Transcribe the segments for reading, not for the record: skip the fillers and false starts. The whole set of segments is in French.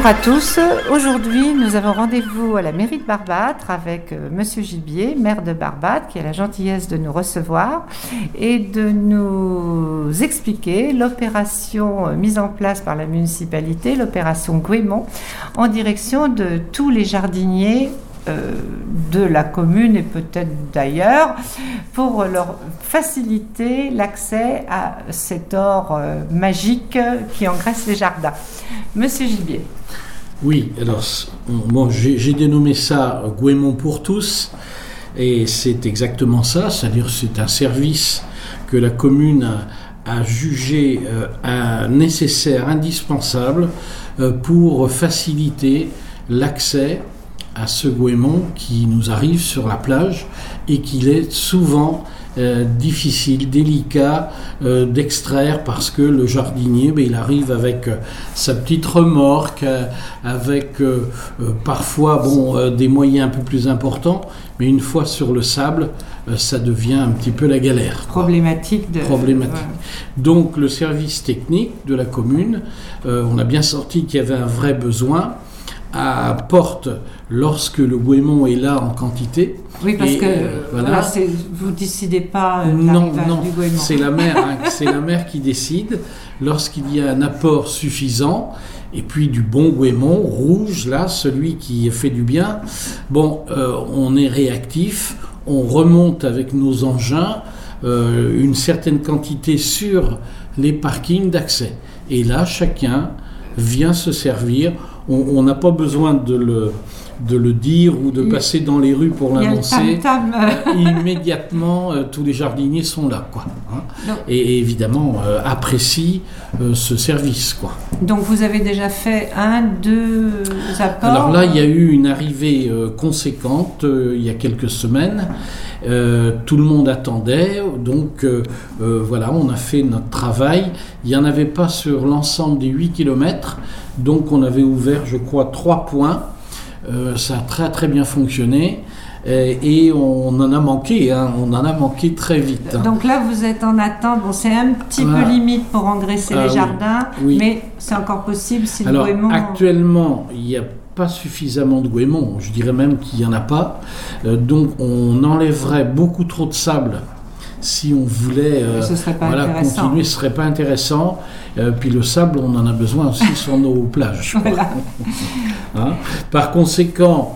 Bonjour à tous. Aujourd'hui, nous avons rendez-vous à la mairie de Barbâtre avec Monsieur Gibier, maire de Barbâtre, qui a la gentillesse de nous recevoir et de nous expliquer l'opération mise en place par la municipalité, l'opération Gouémont, en direction de tous les jardiniers de la commune et peut-être d'ailleurs, pour leur faciliter l'accès à cet or magique qui engraisse les jardins. Monsieur Gibier. Oui, alors bon, j'ai dénommé ça Gouémont pour tous, et c'est exactement ça, c'est-à-dire c'est un service que la commune a jugé nécessaire, indispensable pour faciliter l'accès à ce Gouémont qui nous arrive sur la plage et qu'il est souvent difficile, délicat d'extraire parce que le jardinier, il arrive avec sa petite remorque, avec parfois des moyens un peu plus importants, mais une fois sur le sable, ça devient un petit peu la galère. Problématique. Ouais. Donc le service technique de la commune, on a bien senti qu'il y avait un vrai besoin, apporte lorsque le Gouémont est là en quantité. Oui, parce que voilà, vous ne décidez pas de l'arrivage du Gouémont. C'est la mer, c'est la mer qui décide. Lorsqu'il y a un apport suffisant, et puis du bon Gouémont, rouge, là, celui qui fait du bien, on est réactif, on remonte avec nos engins une certaine quantité sur les parkings d'accès. Et là, chacun vient se servir. On n'a pas besoin de le dire ou de passer dans les rues pour l'annoncer. Immédiatement, tous les jardiniers sont là, quoi. Et évidemment, apprécient ce service, quoi. Donc vous avez déjà fait 2 apports. Alors là, il y a eu une arrivée conséquente il y a quelques semaines. Tout le monde attendait, donc voilà, on a fait notre travail. Il n'y en avait pas sur l'ensemble des 8 km, donc on avait ouvert, je crois, 3 points. Ça a très très bien fonctionné. Et on en a manqué, on en a manqué très vite. Donc là, vous êtes en attente. Bon, c'est un petit peu limite pour engraisser les jardins, oui. Mais c'est encore possible si le Gouémont... Actuellement, il n'y a pas suffisamment de Gouémont, je dirais même qu'il n'y en a pas. Donc on enlèverait beaucoup trop de sable si on voulait continuer, ce ne serait pas intéressant. Puis le sable, on en a besoin aussi sur nos plages. Voilà. Par conséquent,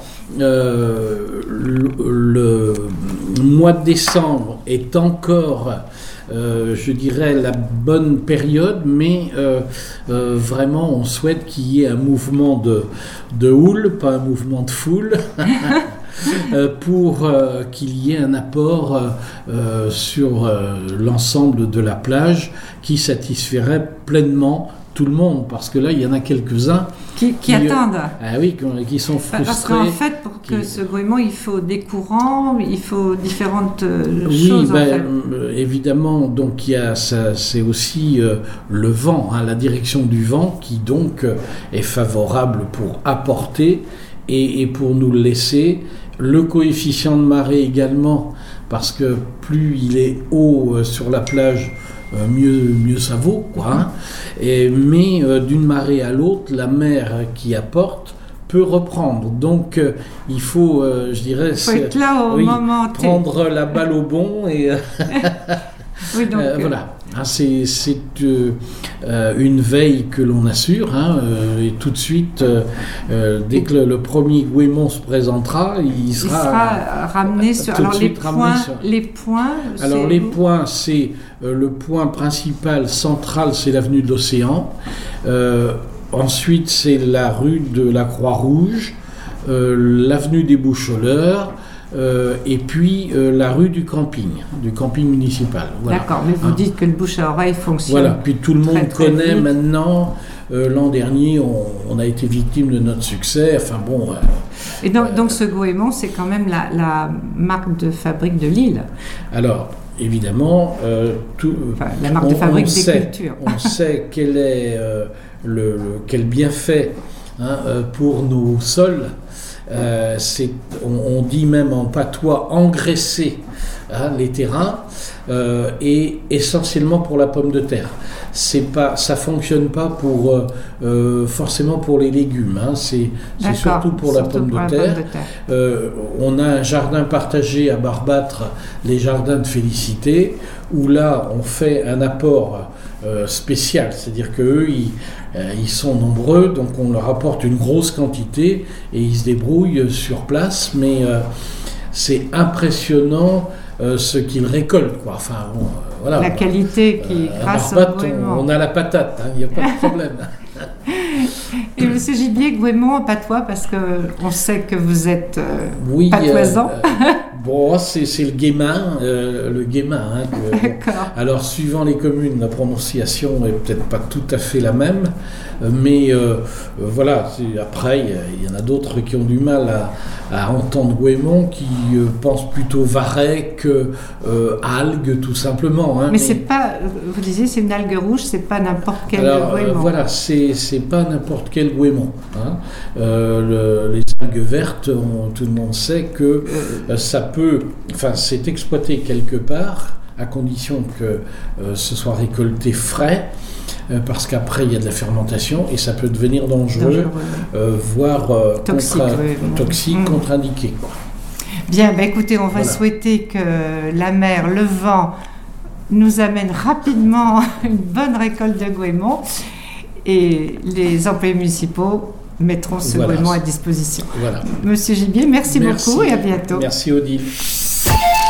le mois de décembre est encore, je dirais, la bonne période, mais vraiment, on souhaite qu'il y ait un mouvement de houle, pas un mouvement de foule, pour qu'il y ait un apport sur l'ensemble de la plage qui satisferait pleinement tout le monde, parce que là, il y en a quelques-uns qui attendent. Qui sont frustrés. Parce qu'en fait, pour que ce Gouémont, il faut des courants, il faut différentes choses. Évidemment, donc il y a ça, c'est aussi le vent, la direction du vent qui donc est favorable pour apporter et pour nous le laisser. Le coefficient de marée également, parce que plus il est haut sur la plage, mieux ça vaut, quoi. Mais d'une marée à l'autre, la mer qui apporte peut reprendre. Donc il faut, je dirais, être là au moment prendre la balle au bon et oui, donc, voilà. C'est une veille que l'on assure, et tout de suite, dès que le premier Gouémont se présentera, il sera ramené sur. Alors les points. Alors les points, c'est le point principal central, c'est l'avenue de l'Océan. Ensuite, c'est la rue de la Croix-Rouge, l'avenue des Boucholeurs. Et puis la rue du camping municipal. Voilà. D'accord, mais vous dites que le bouche à oreille fonctionne. Voilà, puis tout le monde connaît vite. maintenant. L'an dernier, on a été victime de notre succès. Enfin bon. Et donc ce Gouémont, c'est quand même la marque de fabrique de Lille. Alors, évidemment, la marque de fabrique des cultures. On sait quel est quel bienfait pour nos sols. On dit même en patois engraisser les terrains, et essentiellement pour la pomme de terre. Ça fonctionne pas forcément pour les légumes, c'est surtout pour la pomme de terre. On a un jardin partagé à Barbâtre, les jardins de Félicité, où là on fait un apport spécial, c'est-à-dire qu'eux ils sont nombreux, donc on leur apporte une grosse quantité et ils se débrouillent sur place, mais c'est impressionnant ce qu'ils récoltent, quoi. Enfin, bon, voilà. La qualité qui, grâce Barbâtre, au Gouémont. on a la patate, il n'y a pas de problème. Et Monsieur Gibier, Gouémont, patois, parce qu'on sait que vous êtes oui, patoisant. Bon, c'est le guémin. D'accord. Alors, suivant les communes, la prononciation n'est peut-être pas tout à fait la même, mais voilà. Après, il y en a d'autres qui ont du mal à entendre Gouémont, qui pensent plutôt Varet que algue, tout simplement. Mais c'est pas, vous disiez, c'est une algue rouge, c'est pas n'importe quel Gouémont. Voilà, c'est pas n'importe quel Gouémont. Les algues vertes, tout le monde sait que c'est exploité quelque part, à condition que ce soit récolté frais, parce qu'après il y a de la fermentation et ça peut devenir dangereux. Voire toxique, contre-indiqué. Bien, écoutez, on va souhaiter que la mer, le vent, nous amène rapidement une bonne récolte de Gouémont, et les employés municipaux mettront ce Gouémont à disposition. Voilà. Monsieur Gibier, merci beaucoup et à bientôt. Merci Odile.